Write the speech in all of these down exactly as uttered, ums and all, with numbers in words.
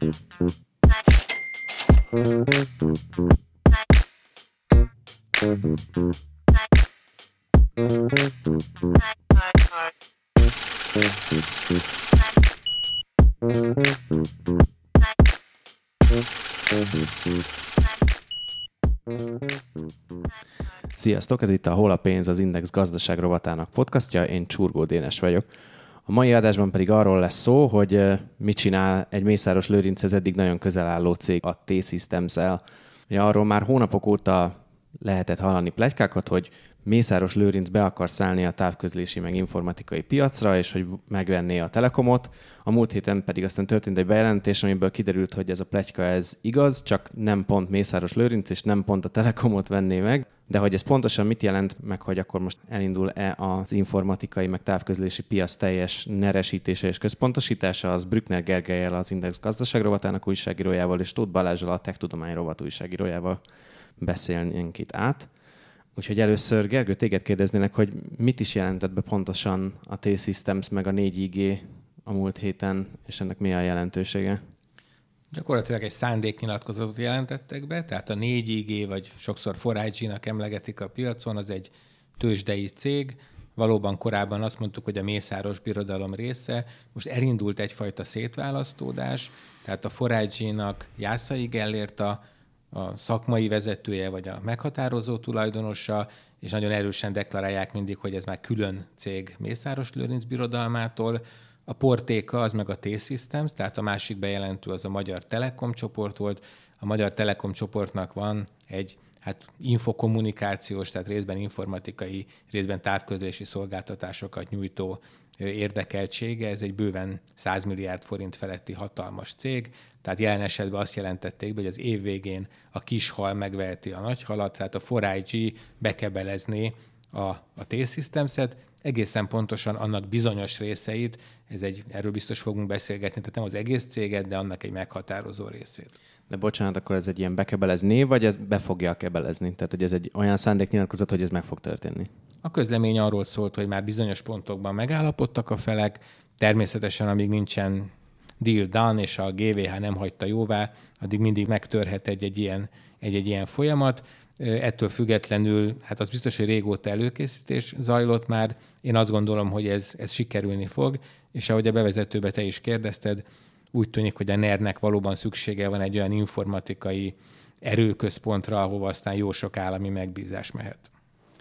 Sziasztok, ez itt a Hol a pénz, az Index gazdaság rovatának podcastja, én Csurgó Dénes vagyok. A mai adásban pedig arról lesz szó, hogy mit csinál egy Mészáros Lőrinchez eddig nagyon közel álló cég, a T-Systems-el. Ja, arról már hónapok óta lehetett hallani pletykákat, hogy Mészáros Lőrinc be akar szállni a távközlési meg informatikai piacra, és hogy megvenné a Telekomot. A múlt héten pedig aztán történt egy bejelentés, amiből kiderült, hogy ez a pletyka ez igaz, csak nem pont Mészáros Lőrinc, és nem pont a Telekomot venné meg. De hogy ez pontosan mit jelent, meg hogy akkor most elindul-e az informatikai meg távközlési piac teljes neresítése és központosítása, az Brückner Gergellyel, az Index gazdaság rovatának újságírójával, és Tóth Balázsral, a Tech Tudomány rovat újságírójával beszélnénk itt át. Úgyhogy először, Gergő, téged kérdeznének, hogy mit is jelentett be pontosan a T-Systems meg a négy I G a múlt héten, és ennek mi a jelentősége? Gyakorlatilag egy szándéknyilatkozatot jelentettek be, tehát a négy I G, vagy sokszor négy I G-nak emlegetik a piacon, az egy tőzsdei cég. Valóban korábban azt mondtuk, hogy a Mészáros birodalom része. Most elindult egyfajta szétválasztódás, tehát a négy I G-nak Jászai Gellért a, a szakmai vezetője, vagy a meghatározó tulajdonosa, és nagyon erősen deklarálják mindig, hogy ez már külön cég Mészáros Lőrinc birodalmától. A portéka az meg a T-Systems, tehát a másik bejelentő az a Magyar Telekom csoport volt. A Magyar Telekom csoportnak van egy hát infokommunikációs, tehát részben informatikai, részben távközlési szolgáltatásokat nyújtó érdekeltsége. Ez egy bőven száz milliárd forint feletti hatalmas cég. Tehát jelen esetben azt jelentették be, hogy az év végén a kis hal megveheti a nagy halat, tehát a négy I G bekebelezné a, a T-Systems-et, egészen pontosan annak bizonyos részeit, ez egy, erről biztos fogunk beszélgetni, tehát nem az egész céget, de annak egy meghatározó részét. De bocsánat, akkor ez egy ilyen bekebelezné, vagy ez be fogja kebelezni? Tehát, hogy ez egy olyan szándéknyilatkozat, hogy ez meg fog történni? A közlemény arról szólt, hogy már bizonyos pontokban megállapodtak a felek, természetesen amíg nincsen deal done, és a G V H nem hagyta jóvá, addig mindig megtörhet egy-egy ilyen, egy-egy ilyen folyamat. Ettől függetlenül, hát az biztos, hogy régóta előkészítés zajlott már. Én azt gondolom, hogy ez, ez sikerülni fog, és ahogy a bevezetőben te is kérdezted, úgy tűnik, hogy a en e er-nek valóban szüksége van egy olyan informatikai erőközpontra, ahova aztán jó sok állami megbízás mehet.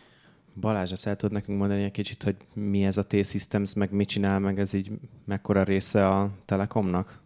Balázs, azt el tudod nekünk mondani egy kicsit, hogy mi ez a T-Systems, meg mit csinál, meg ez így mekkora része a Telekomnak?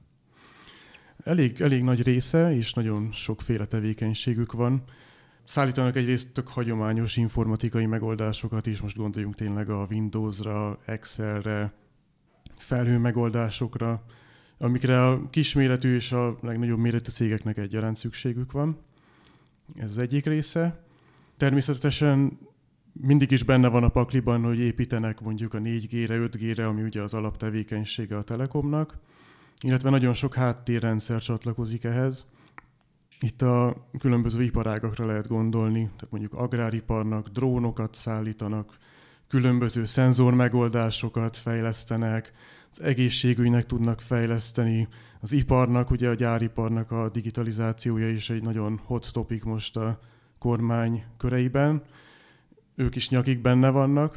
Elég, elég nagy része, és nagyon sokféle tevékenységük van. Szállítanak egyrészt tök hagyományos informatikai megoldásokat is, most gondoljunk tényleg a Windowsra, Excelre, felhő megoldásokra, amikre a kisméretű és a legnagyobb méretű cégeknek egyaránt szükségük van. Ez az egyik része. Természetesen mindig is benne van a pakliban, hogy építenek mondjuk a négy G-re, öt G-re, ami ugye az alaptevékenysége a Telekomnak, illetve nagyon sok háttérrendszer csatlakozik ehhez. Itt a különböző iparágakra lehet gondolni, tehát mondjuk agráriparnak drónokat szállítanak, különböző szenzormegoldásokat fejlesztenek, az egészségügynek tudnak fejleszteni, az iparnak, ugye a gyáriparnak a digitalizációja is egy nagyon hot topic most a kormány köreiben. Ők is nyakig benne vannak.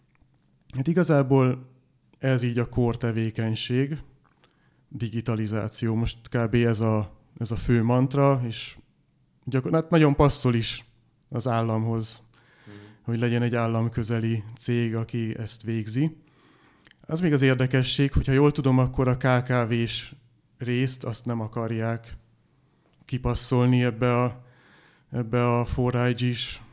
Hát igazából ez így a core tevékenység, digitalizáció. Most kb. ez a Ez a fő mantra, és gyakor- hát nagyon passzol is az államhoz, hmm. hogy legyen egy államközeli cég, aki ezt végzi. Az még az érdekesség, hogyha jól tudom, akkor a ká ká vés részt azt nem akarják kipasszolni ebbe a, ebbe a négy I G-s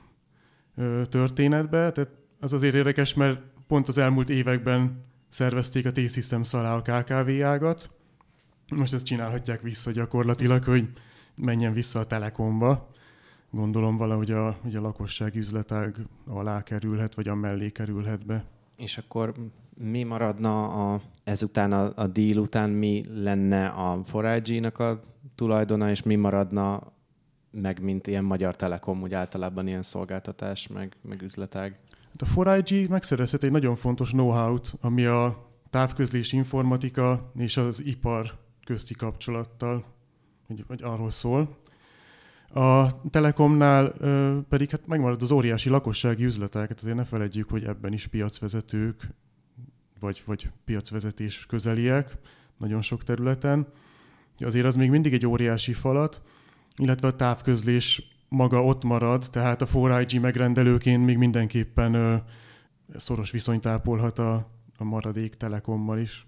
történetbe. Tehát az azért érdekes, mert pont az elmúlt években szervezték a T-Systems alá a ká ká vé ágat. Most ezt csinálhatják vissza gyakorlatilag, hogy menjen vissza a Telekomba. Gondolom valahogy a, hogy a lakossági üzletág alá kerülhet, vagy a mellé kerülhet be. És akkor mi maradna a, ezután a, a deal után, mi lenne a négy I G-nak a tulajdona, és mi maradna meg, mint ilyen Magyar Telekom, úgy általában ilyen szolgáltatás, meg, meg üzletág? Hát a négy I G megszerezhet egy nagyon fontos know-how-t, ami a távközlés informatika és az ipar közti kapcsolattal vagy, vagy arról szól. A Telekomnál ö, pedig hát megmarad az óriási lakossági üzletek, hát azért ne feledjük, hogy ebben is piacvezetők, vagy, vagy piacvezetés közeliek, nagyon sok területen. Azért az még mindig egy óriási falat, illetve a távközlés maga ott marad, tehát a négy I G megrendelőként még mindenképpen ö, szoros viszonyt ápolhat a, a maradék Telekommal is.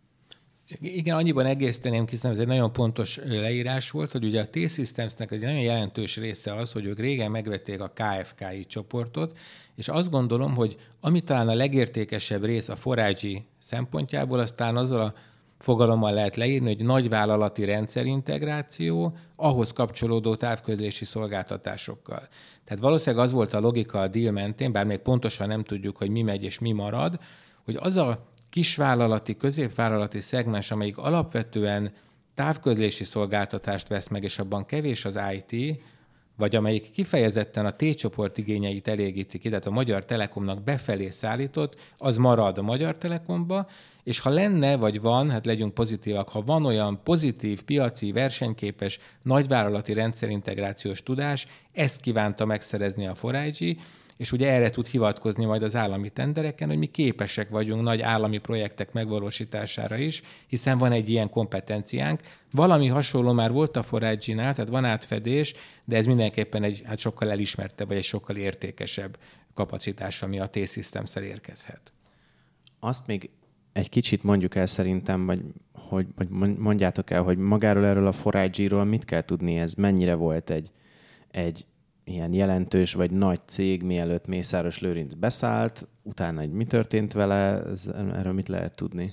Igen, annyiban egészteném ki, ez egy nagyon pontos leírás volt, hogy ugye a T-Systemsnek egy nagyon jelentős része az, hogy ők régen megvették a K F K I csoportot, és azt gondolom, hogy ami talán a legértékesebb rész a négy I G szempontjából, aztán azzal a fogalommal lehet leírni, hogy nagyvállalati rendszerintegráció ahhoz kapcsolódó távközlési szolgáltatásokkal. Tehát valószínűleg az volt a logika a deal mentén, bár még pontosan nem tudjuk, hogy mi megy és mi marad, hogy az a kisvállalati, középvállalati szegmens, amelyik alapvetően távközlési szolgáltatást vesz meg, és abban kevés az I T, vagy amelyik kifejezetten a T-csoport igényeit elégíti ki, tehát a Magyar Telekomnak befelé szállított, az marad a Magyar Telekomba, és ha lenne, vagy van, hát legyünk pozitívak, ha van olyan pozitív, piaci, versenyképes, nagyvállalati rendszerintegrációs tudás, ezt kívánta megszerezni a négy I G, és ugye erre tud hivatkozni majd az állami tendereken, hogy mi képesek vagyunk nagy állami projektek megvalósítására is, hiszen van egy ilyen kompetenciánk. Valami hasonló már volt a négy G-nál, tehát van átfedés, de ez mindenképpen egy hát sokkal elismertebb, vagy egy sokkal értékesebb kapacitás, ami a T-Systems-szel érkezhet. Azt még egy kicsit mondjuk el szerintem, vagy, hogy, vagy mondjátok el, hogy magáról erről a négy G-ról mit kell tudni, ez mennyire volt egy, egy ilyen jelentős vagy nagy cég, mielőtt Mészáros Lőrinc beszállt, utána egy mi történt vele, ez, erről mit lehet tudni?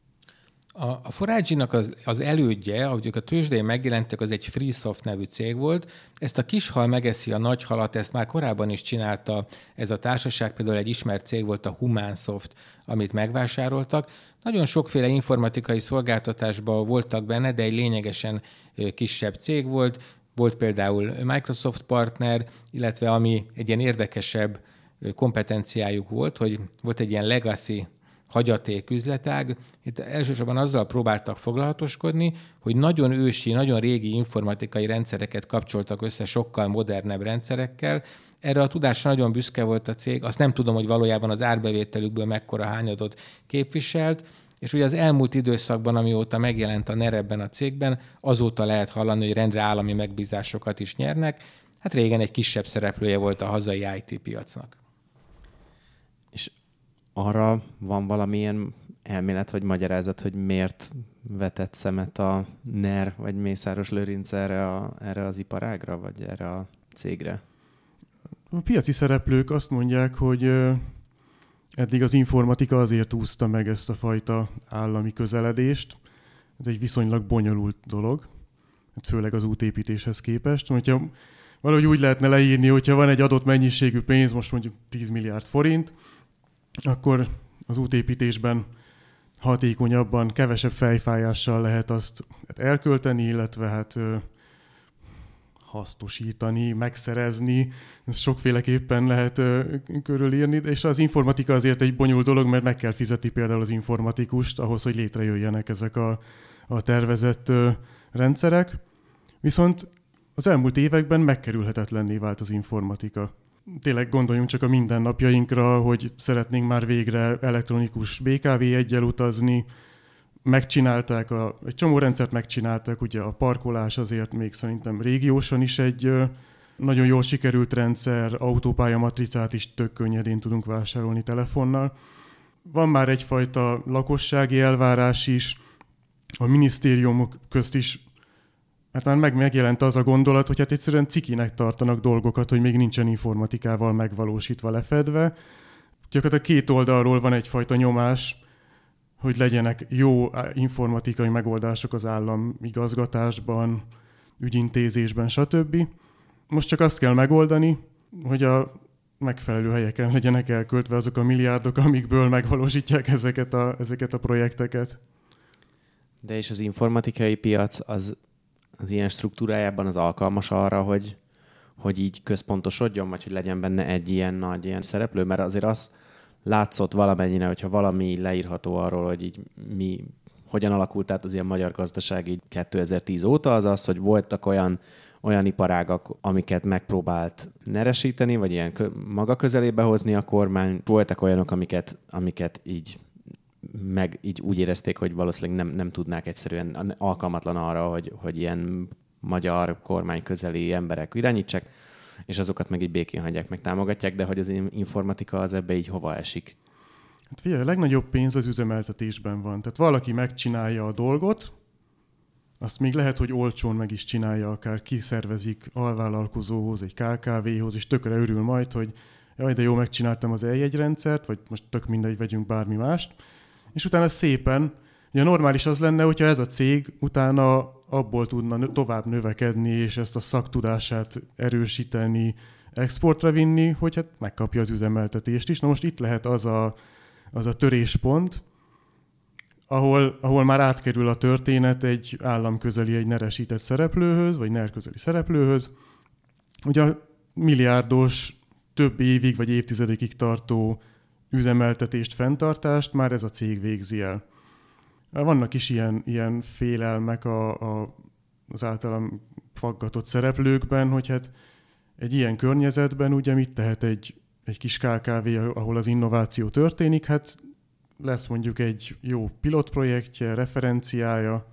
A, a négy G-nak az, az elődje, ahogy ők a tőzsdén megjelentek, az egy Freesoft nevű cég volt. Ezt a kis hal megeszi a nagy halat, ezt már korábban is csinálta ez a társaság, például egy ismert cég volt a Humansoft, amit megvásároltak. Nagyon sokféle informatikai szolgáltatásban voltak benne, de egy lényegesen kisebb cég volt. Volt például Microsoft partner, illetve ami egy ilyen érdekesebb kompetenciájuk volt, hogy volt egy ilyen legacy hagyaték üzletág. Itt elsősorban azzal próbáltak foglalatoskodni, hogy nagyon ősi, nagyon régi informatikai rendszereket kapcsoltak össze sokkal modernebb rendszerekkel. Erre a tudásra nagyon büszke volt a cég. Azt nem tudom, hogy valójában az árbevételükből mekkora hányadot képviselt, és ugye az elmúlt időszakban, amióta megjelent a NER ebben a cégben, azóta lehet hallani, hogy rendre állami megbízásokat is nyernek. Hát régen egy kisebb szereplője volt a hazai I T piacnak. És arra van valamilyen elmélet vagy magyarázat, hogy miért vetett szemet a NER vagy Mészáros Lőrinc erre, a, erre az iparágra, vagy erre a cégre? A piaci szereplők azt mondják, hogy eddig az informatika azért úszta meg ezt a fajta állami közeledést. Ez egy viszonylag bonyolult dolog, főleg az útépítéshez képest. Hogyha valahogy úgy lehetne leírni, hogyha van egy adott mennyiségű pénz, most mondjuk tíz milliárd forint, akkor az útépítésben hatékonyabban, kevesebb fejfájással lehet azt elkölteni, illetve hát hasznosítani, megszerezni, ezt sokféleképpen lehet ö, körülírni, és az informatika azért egy bonyolult dolog, mert meg kell fizetni például az informatikust ahhoz, hogy létrejöjjenek ezek a, a tervezett ö, rendszerek. Viszont az elmúlt években megkerülhetetlenné vált az informatika. Tényleg gondoljunk csak a mindennapjainkra, hogy szeretnénk már végre elektronikus bé ká vé eggyel utazni, megcsinálták, a, egy csomó rendszert megcsináltak, ugye a parkolás azért még szerintem régiósan is egy ö, nagyon jól sikerült rendszer, autópálya matricát is tök könnyedén tudunk vásárolni telefonnal. Van már egyfajta lakossági elvárás is, a minisztériumok közt is, hát már meg megjelent az a gondolat, hogy hát egyszerűen cikinek tartanak dolgokat, hogy még nincsen informatikával megvalósítva, lefedve. Gyakorlatilag két oldalról van egyfajta nyomás, hogy legyenek jó informatikai megoldások az államigazgatásban, ügyintézésben, stb. Most csak azt kell megoldani, hogy a megfelelő helyeken legyenek elköltve azok a milliárdok, amikből megvalósítják ezeket a, ezeket a projekteket. De és az informatikai piac az, az ilyen struktúrájában az alkalmas arra, hogy, hogy így központosodjon, vagy hogy legyen benne egy ilyen nagy ilyen szereplő, mert azért az látszott valamennyire, hogyha valami leírható arról, hogy így mi hogyan alakult át az ilyen magyar gazdaság így kétezer-tíz óta, az az, hogy voltak olyan, olyan iparágak, amiket megpróbált neresíteni, vagy ilyen maga közelébe hozni a kormány. Voltak olyanok, amiket, amiket így meg így úgy érezték, hogy valószínűleg nem, nem tudnák egyszerűen alkalmatlan arra, hogy, hogy ilyen magyar kormány közeli emberek irányítsák, és azokat meg így békén hagyják, meg támogatják, de hogy az informatika az ebbe így hova esik? Hát figyelj, a legnagyobb pénz az üzemeltetésben van. Tehát valaki megcsinálja a dolgot, azt még lehet, hogy olcsón meg is csinálja, akár kiszervezik alvállalkozóhoz, egy ká ká véhoz, és tökre örül majd, hogy jaj, de jó, megcsináltam az eljegyrendszert, vagy most tök mindegy, vegyünk bármi mást. És utána szépen, ugye normális az lenne, hogyha ez a cég utána abból tudna tovább növekedni, és ezt a szaktudását erősíteni, exportra vinni, hogy hát megkapja az üzemeltetést is. Na most itt lehet az a, az a töréspont, ahol, ahol már átkerül a történet egy államközeli, egy neresített szereplőhöz, vagy nerközeli szereplőhöz. Ugye a milliárdos, több évig vagy évtizedekig tartó üzemeltetést, fenntartást már ez a cég végzi el. Vannak is ilyen, ilyen félelmek a, a, az általam faggatott szereplőkben, hogy hát egy ilyen környezetben ugye mit tehet egy, egy kis ká ká vé, ahol az innováció történik, hát lesz mondjuk egy jó pilotprojektje, referenciája,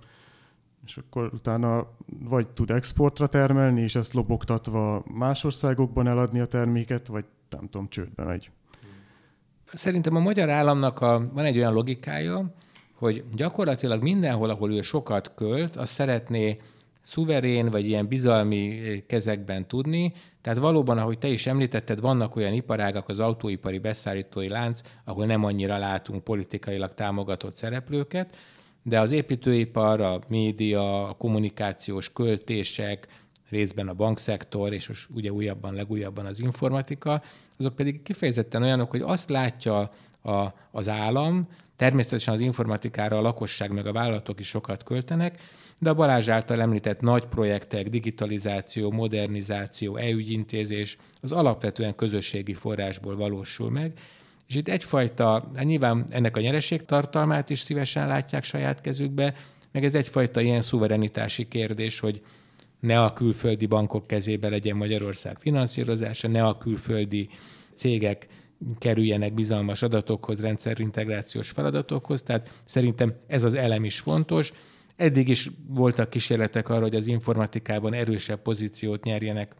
és akkor utána vagy tud exportra termelni, és ezt lobogtatva más országokban eladni a terméket, vagy nem tudom, csődbe megy. Szerintem a magyar államnak a, van egy olyan logikája, hogy gyakorlatilag mindenhol, ahol ő sokat költ, azt szeretné szuverén vagy ilyen bizalmi kezekben tudni. Tehát valóban, ahogy te is említetted, vannak olyan iparágak, az autóipari beszállítói lánc, ahol nem annyira látunk politikailag támogatott szereplőket, de az építőipar, a média, a kommunikációs költések, részben a bankszektor, és most ugye újabban, legújabban az informatika, azok pedig kifejezetten olyanok, hogy azt látja a, az állam, természetesen az informatikára a lakosság meg a vállalatok is sokat költenek, de a Balázs által említett nagy projektek, digitalizáció, modernizáció, e-ügyintézés az alapvetően közösségi forrásból valósul meg, és itt egyfajta, nyilván ennek a nyereségtartalmát is szívesen látják saját kezükbe, meg ez egyfajta ilyen szuverenitási kérdés, hogy ne a külföldi bankok kezébe legyen Magyarország finanszírozása, ne a külföldi cégek kerüljenek bizalmas adatokhoz, rendszerintegrációs feladatokhoz, tehát szerintem ez az elem is fontos. Eddig is voltak kísérletek arra, hogy az informatikában erősebb pozíciót nyerjenek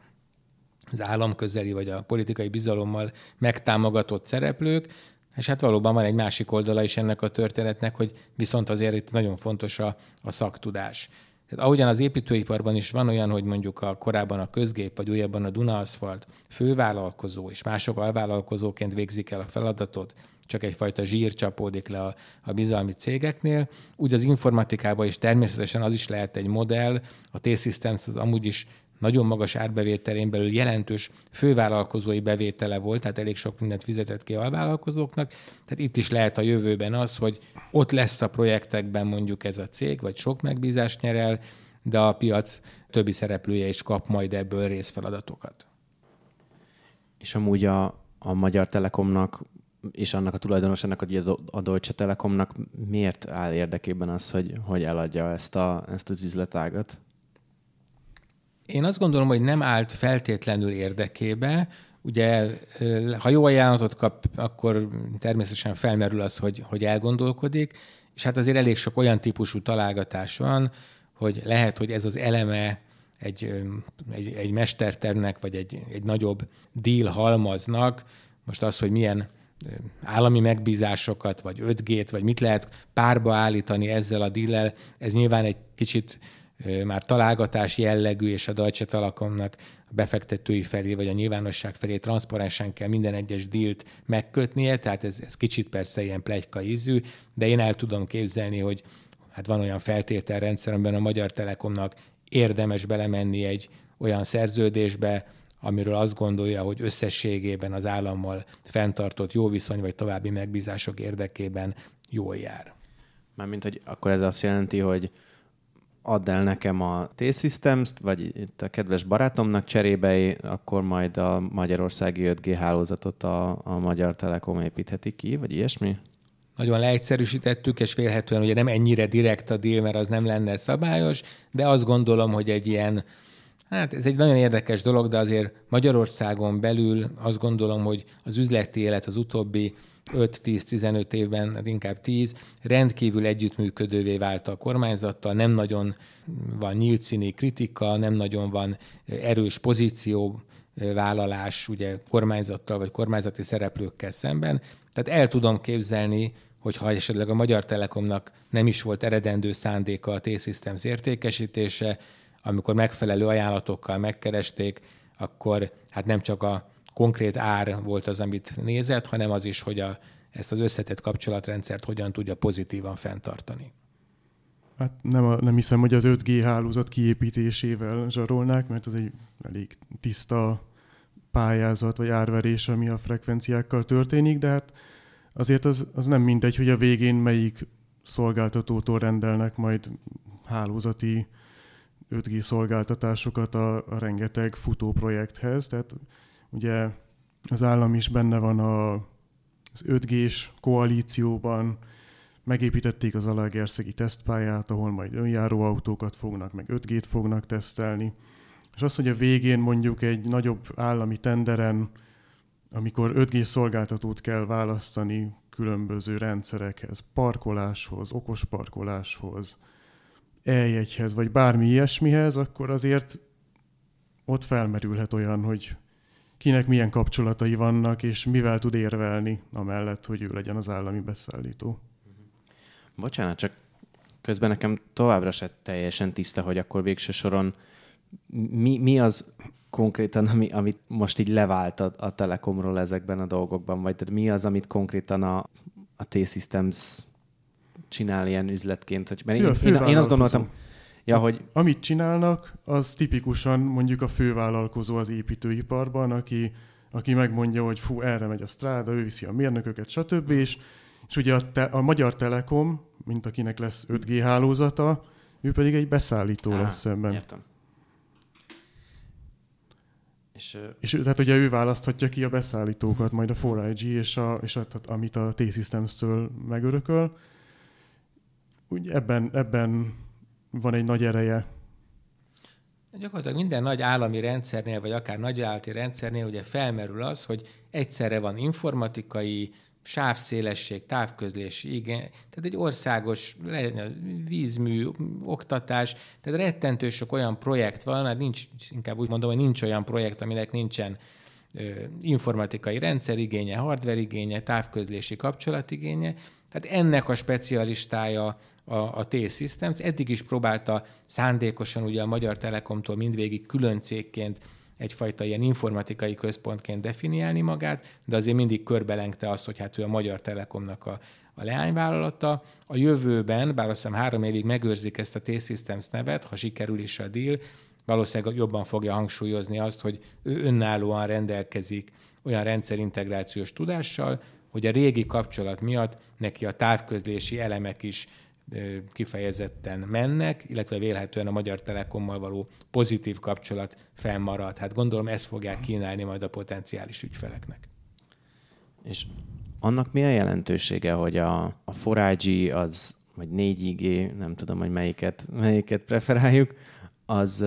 az államközeli vagy a politikai bizalommal megtámogatott szereplők, és hát valóban van egy másik oldala is ennek a történetnek, hogy viszont azért itt nagyon fontos a, a szaktudás. Tehát ahogyan az építőiparban is van olyan, hogy mondjuk a, korábban a Közgép, vagy újabban a Duna Aszfalt fővállalkozó, és mások alvállalkozóként végzik el a feladatot, csak egyfajta zsír csapódik le a, a bizalmi cégeknél. Úgy az informatikában is természetesen az is lehet egy modell, a T-Systems az amúgy is nagyon magas árbevételén belül jelentős fővállalkozói bevétele volt, tehát elég sok mindent fizetett ki alvállalkozóknak. Tehát itt is lehet a jövőben az, hogy ott lesz a projektekben mondjuk ez a cég, vagy sok megbízást nyer el, de a piac többi szereplője is kap majd ebből részfeladatokat. És amúgy a, a Magyar Telekomnak és annak a tulajdonosának, a Deutsche Telekomnak miért áll érdekében az, hogy, hogy eladja ezt, a, ezt az üzletágat? Én azt gondolom, hogy nem állt feltétlenül érdekébe. Ugye, ha jó ajánlatot kap, akkor természetesen felmerül az, hogy, hogy elgondolkodik, és hát azért elég sok olyan típusú találgatás van, hogy lehet, hogy ez az eleme egy, egy, egy mestertervnek, vagy egy, egy nagyobb deal halmaznak. Most az, hogy milyen állami megbízásokat, vagy öt gét, vagy mit lehet párba állítani ezzel a deal-el, ez nyilván egy kicsit már találgatás jellegű, és a Deutsche Telekomnak a befektetői felé, vagy a nyilvánosság felé transzparensen kell minden egyes dílt megkötnie, tehát ez, ez kicsit persze ilyen pletyka ízű, de én el tudom képzelni, hogy hát van olyan feltételrendszer, amiben a Magyar Telekomnak érdemes belemenni egy olyan szerződésbe, amiről azt gondolja, hogy összességében az állammal fenntartott jó viszony, vagy további megbízások érdekében jól jár. Mármint, hogy akkor ez azt jelenti, hogy add el nekem a T-Systems-t, vagy itt a kedves barátomnak cserébe, akkor majd a magyarországi öt gé hálózatot a, a Magyar Telekom építheti ki, vagy ilyesmi? nagyon leegyszerűsítettük, és vélhetően ugye nem ennyire direkt a deal, mert az nem lenne szabályos, de azt gondolom, hogy egy ilyen, hát ez egy nagyon érdekes dolog, de azért Magyarországon belül azt gondolom, hogy az üzleti élet az utóbbi öt-tíz-tizenöt évben, hát inkább tíz, rendkívül együttműködővé vált a kormányzattal, nem nagyon van nyílt színi kritika, nem nagyon van erős pozíció, vállalás ugye kormányzattal vagy kormányzati szereplőkkel szemben. Tehát el tudom képzelni, hogy ha esetleg a Magyar Telekomnak nem is volt eredendő szándéka a T-Systems értékesítése, amikor megfelelő ajánlatokkal megkeresték, akkor hát nem csak a konkrét ár volt az, amit nézett, hanem az is, hogy a, ezt az összetett kapcsolatrendszert hogyan tudja pozitívan fenntartani. Hát nem, a, nem hiszem, hogy az öt G hálózat kiépítésével zsarolnák, mert az egy elég tiszta pályázat vagy árverés, ami a frekvenciákkal történik, de hát azért az, az nem mindegy, hogy a végén melyik szolgáltatótól rendelnek majd hálózati öt G szolgáltatásokat a, a rengeteg futóprojekthez. Tehát ugye az állam is benne van a, az öt G-s koalícióban, megépítették az Zalaegerszegi tesztpályát, ahol majd önjáró autókat fognak, meg öt G-t fognak tesztelni. És az, hogy a végén mondjuk egy nagyobb állami tenderen, amikor öt G szolgáltatót kell választani különböző rendszerekhez, parkoláshoz, okos parkoláshoz, eljegyhez, vagy bármi ilyesmihez, akkor azért ott felmerülhet olyan, hogy kinek milyen kapcsolatai vannak, és mivel tud érvelni amellett, hogy ő legyen az állami beszállító. Bocsánat, csak közben nekem továbbra se teljesen tiszta, hogy akkor végső soron mi, mi az konkrétan, ami, amit most így levált a, a Telekomról ezekben a dolgokban, vagy mi az, amit konkrétan a, a T-Systems csinál ilyen üzletként? Hogy, mert én, én, én azt gondoltam, ja, hogy... Amit csinálnak, az tipikusan mondjuk a fővállalkozó az építőiparban, aki, aki megmondja, hogy fú, erre megy a Stráda, ő viszi a mérnököket, stb. És, és ugye a, te, a Magyar Telekom, mint akinek lesz öt G hálózata, ő pedig egy beszállító Á, lesz ebben. Értem. És, és tehát ugye ő választhatja ki a beszállítókat, majd a négy I G, és, a, és a, tehát, amit a T-Systems-től megörököl. Úgy ebben, ebben van egy nagy ereje. Gyakorlatilag minden nagy állami rendszernél, vagy akár nagyvállalati rendszernél ugye felmerül az, hogy egyszerre van informatikai, sávszélesség, távközlési igény, tehát egy országos vízmű, oktatás, tehát rettentő sok olyan projekt van, hát nincs, inkább úgy mondom, hogy nincs olyan projekt, aminek nincsen ö, informatikai rendszerigénye, hardware igénye, távközlési kapcsolatigénye, tehát ennek a specialistája a, a T-Systems. Eddig is próbálta szándékosan ugye a Magyar Telekomtól mindvégig külön cégként egyfajta ilyen informatikai központként definiálni magát, de azért mindig körbelengte azt, hogy hát ő a Magyar Telekomnak a, a leányvállalata. A jövőben, bár azt hiszem három évig megőrzik ezt a T-Systems nevet, ha sikerül is a deal, valószínűleg jobban fogja hangsúlyozni azt, hogy ő önállóan rendelkezik olyan rendszerintegrációs tudással, hogy a régi kapcsolat miatt neki a távközlési elemek is kifejezetten mennek, illetve vélhetően a Magyar Telekommal való pozitív kapcsolat fennmarad. Hát gondolom ezt fogják kínálni majd a potenciális ügyfeleknek. És annak mi a jelentősége, hogy a, a négy I G az, vagy négy I G, nem tudom, hogy melyiket, melyiket preferáljuk, az,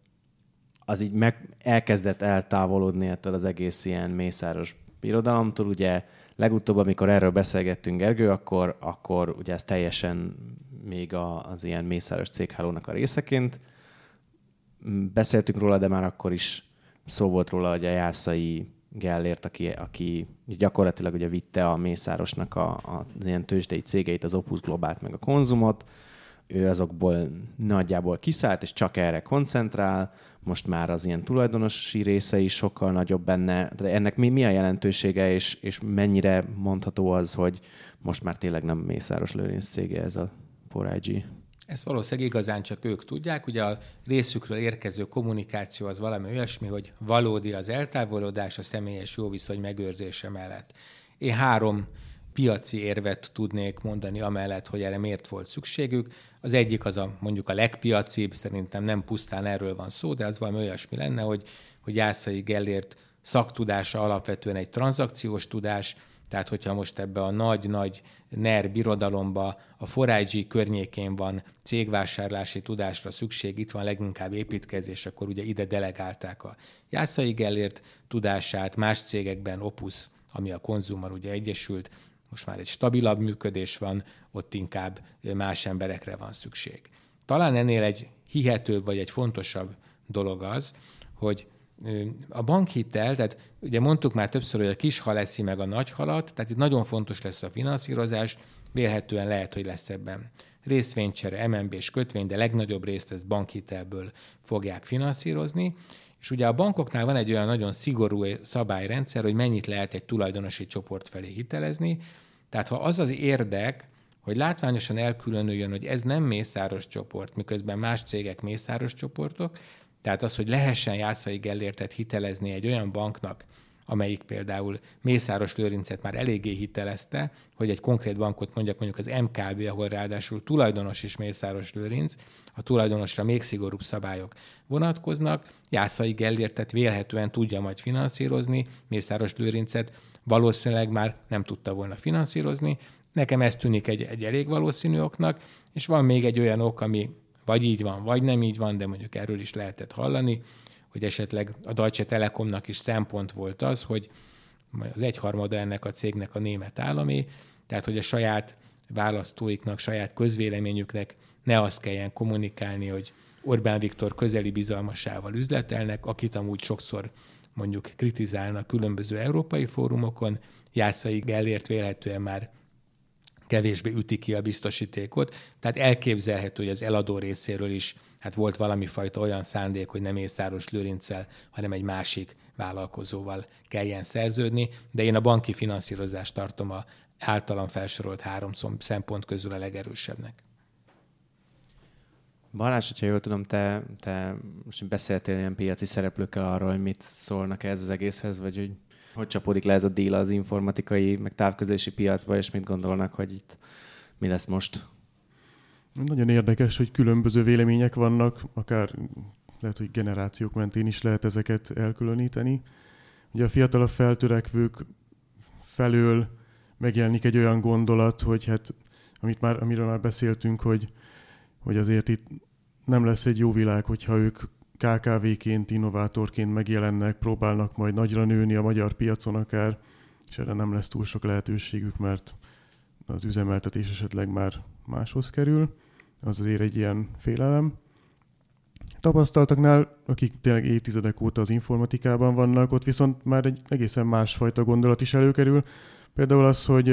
az így meg elkezdett eltávolodni ettől az egész ilyen mészáros birodalomtól. Ugye legutóbb, amikor erről beszélgettünk, Gergő, akkor, akkor ugye ez teljesen még a, az ilyen mészáros céghálónak a részeként beszéltünk róla, de már akkor is szó volt róla, hogy a Jászai Gellért, aki, aki gyakorlatilag ugye vitte a mészárosnak a, a, az ilyen tőzsdei cégeit, az Opus Globát meg a Konzumot, ő azokból nagyjából kiszállt, és csak erre koncentrál, most már az ilyen tulajdonosi része is sokkal nagyobb benne. De ennek mi, mi a jelentősége, és, és mennyire mondható az, hogy most már tényleg nem Mészáros Lőrinc cége ez a négy I G? Ezt valószínűleg igazán csak ők tudják. Ugye a részükről érkező kommunikáció az valami olyasmi, hogy valódi az eltávolodás a személyes jó viszony megőrzése mellett. Én három piaci érvet tudnék mondani amellett, hogy erre miért volt szükségük. Az egyik az a mondjuk a legpiacibb, szerintem nem pusztán erről van szó, de az valami olyasmi lenne, hogy, hogy Jászai Gellért szaktudása alapvetően egy tranzakciós tudás, Tehát, hogyha most ebbe a nagy-nagy en e er birodalomba a négy G környékén van cégvásárlási tudásra szükség, itt van leginkább építkezés, akkor ugye ide delegálták a Jászai Gellért tudását, más cégekben Opus, ami a Konzummal ugye egyesült, most már egy stabilabb működés van, ott inkább más emberekre van szükség. Talán ennél egy hihetőbb vagy egy fontosabb dolog az, hogy a bankhitel, tehát ugye mondtuk már többször, hogy a kis hal eszi meg a nagy halat, tehát itt nagyon fontos lesz a finanszírozás, vélhetően lehet, hogy lesz ebben részvénycsere, em en bé-s kötvény, de legnagyobb részt ezt bankhitelből fogják finanszírozni, és ugye a bankoknál van egy olyan nagyon szigorú szabályrendszer, hogy mennyit lehet egy tulajdonosi csoport felé hitelezni, tehát ha az az érdek, hogy látványosan elkülönüljön, hogy ez nem mészáros csoport, miközben más cégek mészáros csoportok, tehát az, hogy lehessen Jászai Gellértet hitelezni egy olyan banknak, amelyik például Mészáros Lőrincet már eléggé hitelezte, hogy egy konkrét bankot mondjak, mondjuk az em ká bé, ahol ráadásul tulajdonos is Mészáros Lőrinc, a tulajdonosra még szigorúbb szabályok vonatkoznak, Jászai Gellértet vélhetően tudja majd finanszírozni, Mészáros Lőrincet valószínűleg már nem tudta volna finanszírozni. Nekem ez tűnik egy, egy elég valószínű oknak, és van még egy olyan ok, ami vagy így van, vagy nem így van, de mondjuk erről is lehetett hallani, hogy esetleg a Deutsche Telekomnak is szempont volt az, hogy az egyharmada ennek a cégnek a német állami, tehát hogy a saját választóiknak, saját közvéleményüknek ne azt kelljen kommunikálni, hogy Orbán Viktor közeli bizalmasával üzletelnek, akit amúgy sokszor mondjuk kritizálnak különböző európai fórumokon, Jászai Gellért vélhetően már kevésbé üti ki a biztosítékot, tehát elképzelhető, hogy az eladó részéről is hát volt valami fajta olyan szándék, hogy nem Mészáros Lőrinccel, hanem egy másik vállalkozóval kelljen szerződni, de én a banki finanszírozást tartom a általam felsorolt három szempont közül a legerősebbnek. Balázs, hogyha jól tudom, te, te most beszéltél ilyen piaci szereplőkkel arról, hogy mit szólnak ez az egészhez, vagy hogy hogy csapódik le ez a deal az informatikai, meg távközlési piacba, és mit gondolnak, hogy itt mi lesz most? Nagyon érdekes, hogy különböző vélemények vannak, akár lehet, hogy generációk mentén is lehet ezeket elkülöníteni. Ugye a fiatalabb feltörekvők felől megjelenik egy olyan gondolat, hogy hát, amit már, amiről már beszéltünk, hogy, hogy azért itt nem lesz egy jó világ, hogyha ők ká ká vé-ként, innovátorként megjelennek, próbálnak majd nagyra nőni a magyar piacon akár, és erre nem lesz túl sok lehetőségük, mert az üzemeltetés esetleg már máshoz kerül. Az azért egy ilyen félelem. Tapasztaltaknál, akik tényleg évtizedek óta az informatikában vannak, ott viszont már egy egészen másfajta gondolat is előkerül. Például az, hogy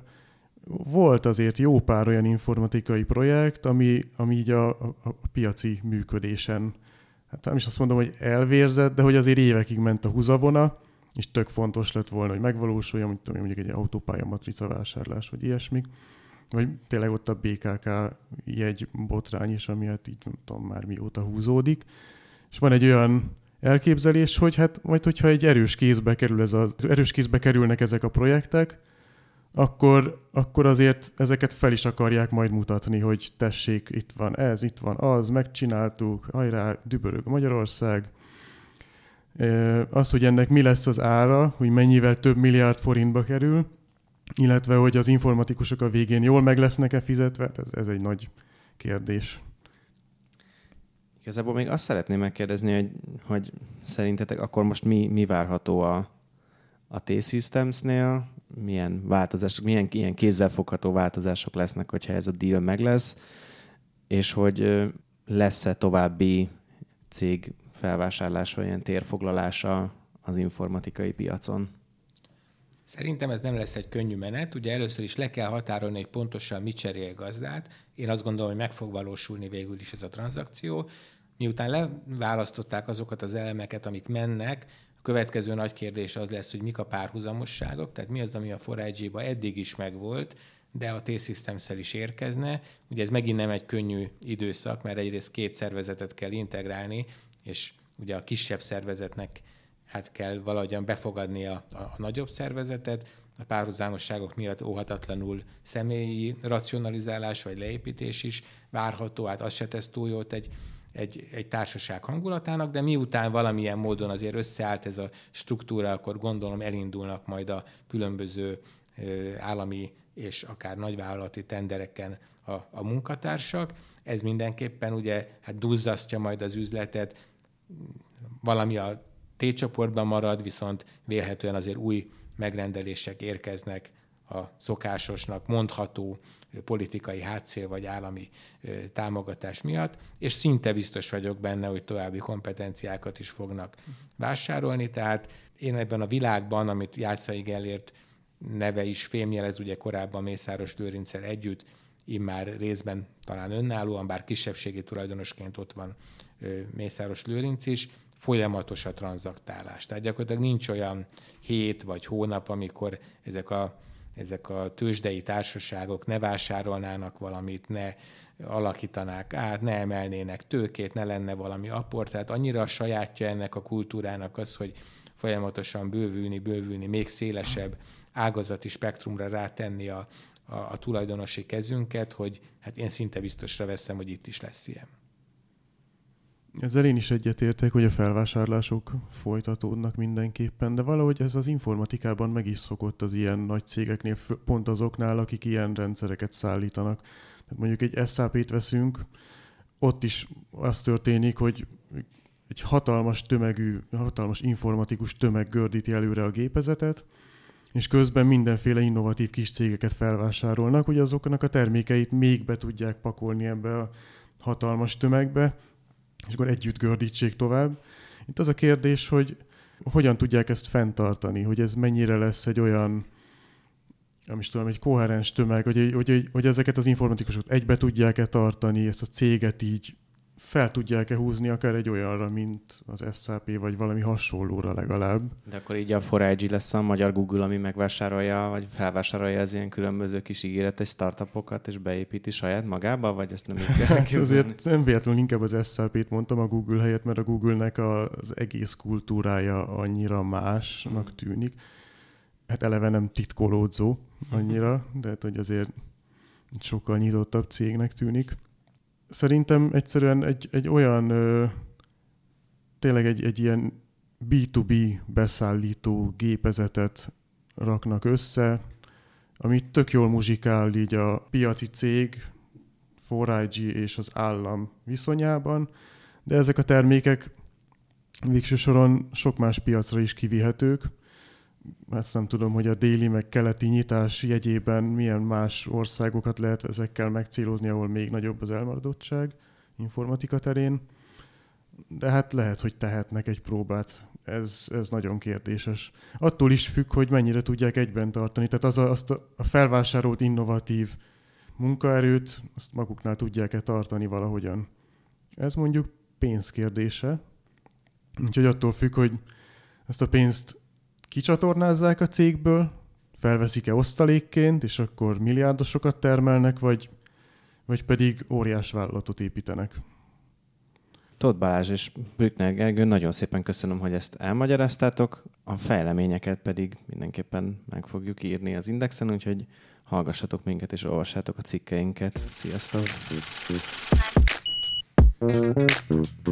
volt azért jó pár olyan informatikai projekt, ami, ami így a, a, a piaci működésen, hát nem is azt mondom, hogy elvérzett, de hogy azért évekig ment a húzavona, és tök fontos lett volna, hogy megvalósuljon, mint tudom, mondjuk egy autópálya matrica vásárlás, vagy ilyesmi. Vagy tényleg ott a bé ká ká jegy botrány is, ami hát így nem tudom már mióta húzódik. És van egy olyan elképzelés, hogy hát majd, hogyha egy erős kézbe kerül ez az, erős kézbe kerülnek ezek a projektek, akkor, akkor azért ezeket fel is akarják majd mutatni, hogy tessék, itt van ez, itt van az, megcsináltuk, hajrá, dübörög Magyarország. Az, hogy ennek mi lesz az ára, hogy mennyivel több milliárd forintba kerül, illetve hogy az informatikusok a végén jól meg lesznek-e fizetve, ez, ez egy nagy kérdés. Igazából még azt szeretném megkérdezni, hogy, hogy szerintetek akkor most mi, mi várható a, a T-Systems-nél, milyen változások, milyen ilyen kézzelfogható változások lesznek, hogyha ez a deal meg lesz, és hogy lesz-e további cég felvásárlása, ilyen térfoglalása az informatikai piacon? Szerintem ez nem lesz egy könnyű menet. Ugye először is le kell határolni, hogy pontosan mit cserél gazdát. Én azt gondolom, hogy meg fog valósulni végül is ez a tranzakció. Miután leválasztották azokat az elemeket, amik mennek, a következő nagy kérdés az lesz, hogy mik a párhuzamosságok, tehát mi az, ami a négy G-ban eddig is megvolt, de a T-Systems-el is érkezne. Ugye ez megint nem egy könnyű időszak, mert egyrészt két szervezetet kell integrálni, és ugye a kisebb szervezetnek hát kell valahogyan befogadni a, a, a nagyobb szervezetet. A párhuzamosságok miatt óhatatlanul személyi racionalizálás vagy leépítés is várható, hát az se tesz túl jót egy, egy, egy társaság hangulatának, de miután valamilyen módon azért összeállt ez a struktúra, akkor gondolom elindulnak majd a különböző állami és akár nagyvállalati tendereken a, a munkatársak. Ez mindenképpen ugye hát duzzasztja majd az üzletet, valami a T-csoportban marad, viszont vélhetően azért új megrendelések érkeznek a szokásosnak mondható politikai hátszél vagy állami támogatás miatt, és szinte biztos vagyok benne, hogy további kompetenciákat is fognak vásárolni. Tehát én ebben a világban, amit Jászai Gellért neve is fémjelez, ugye korábban Mészáros Lőrinccel együtt, immár részben talán önállóan, bár kisebbségi tulajdonosként ott van Mészáros Lőrinc is, folyamatos a tranzaktálás. Tehát gyakorlatilag nincs olyan hét vagy hónap, amikor ezek a, ezek a tőzsdei társaságok ne vásárolnának valamit, ne alakítanák át, ne emelnének tőkét, ne lenne valami apport. Tehát annyira a sajátja ennek a kultúrának az, hogy folyamatosan bővülni, bővülni, még szélesebb ágazati spektrumra rátenni a, a, a tulajdonosi kezünket, hogy hát én szinte biztosra veszem, hogy itt is lesz ilyen. Ezzel én is egyetértek, hogy a felvásárlások folytatódnak mindenképpen, de valahogy ez az informatikában meg is szokott az ilyen nagy cégeknél, pont azoknál, akik ilyen rendszereket szállítanak. Tehát mondjuk egy es á pét veszünk, ott is az történik, hogy egy hatalmas tömegű, hatalmas informatikus tömeg gördíti előre a gépezetet, és közben mindenféle innovatív kis cégeket felvásárolnak, hogy azoknak a termékeit még be tudják pakolni ebbe a hatalmas tömegbe, és akkor együtt gördítsék tovább. Itt az a kérdés, hogy hogyan tudják ezt fenntartani, hogy ez mennyire lesz egy olyan, nem is tudom, egy koherens tömeg, hogy, hogy, hogy ezeket az informatikusokat egybe tudják-e tartani, ezt a céget így fel tudják-e húzni akár egy olyanra, mint az es á pé, vagy valami hasonlóra legalább. De akkor így a négy i gé lesz a magyar Google, ami megvásárolja, vagy felvásárolja az ilyen különböző kis ígéretes startupokat, és beépíti saját magába, vagy ezt nem így kell hát azért nem véletlenül inkább az es á pét mondtam a Google helyett, mert a Google-nek az egész kultúrája annyira másnak tűnik. Hát eleve nem titkolódzó annyira, de hát, hogy azért sokkal nyitottabb cégnek tűnik. Szerintem egyszerűen egy, egy olyan, ö, tényleg egy, egy ilyen bé kettő bé beszállító gépezetet raknak össze, amit tök jól muzsikál így a piaci cég, négy i gé és az állam viszonyában, de ezek a termékek végső soron sok más piacra is kivihetők. Ezt nem tudom, hogy a déli meg keleti nyitás jegyében milyen más országokat lehet ezekkel megcélozni, ahol még nagyobb az elmaradottság informatika terén. De hát lehet, hogy tehetnek egy próbát. Ez, ez nagyon kérdéses. Attól is függ, hogy mennyire tudják egyben tartani. Tehát az a, azt a felvásárolt innovatív munkaerőt, azt maguknál tudják-e tartani valahogyan. Ez mondjuk pénzkérdése. Úgyhogy attól függ, hogy ezt a pénzt kicsatornázzák a cégből, felveszik-e osztalékként, és akkor milliárdosokat termelnek, vagy, vagy pedig óriás vállalatot építenek. Tóth Balázs és Brückner Gergő, nagyon szépen köszönöm, hogy ezt elmagyaráztátok. A fejleményeket pedig mindenképpen meg fogjuk írni az Indexen, úgyhogy hallgassatok minket és olvassátok a cikkeinket. Sziasztok!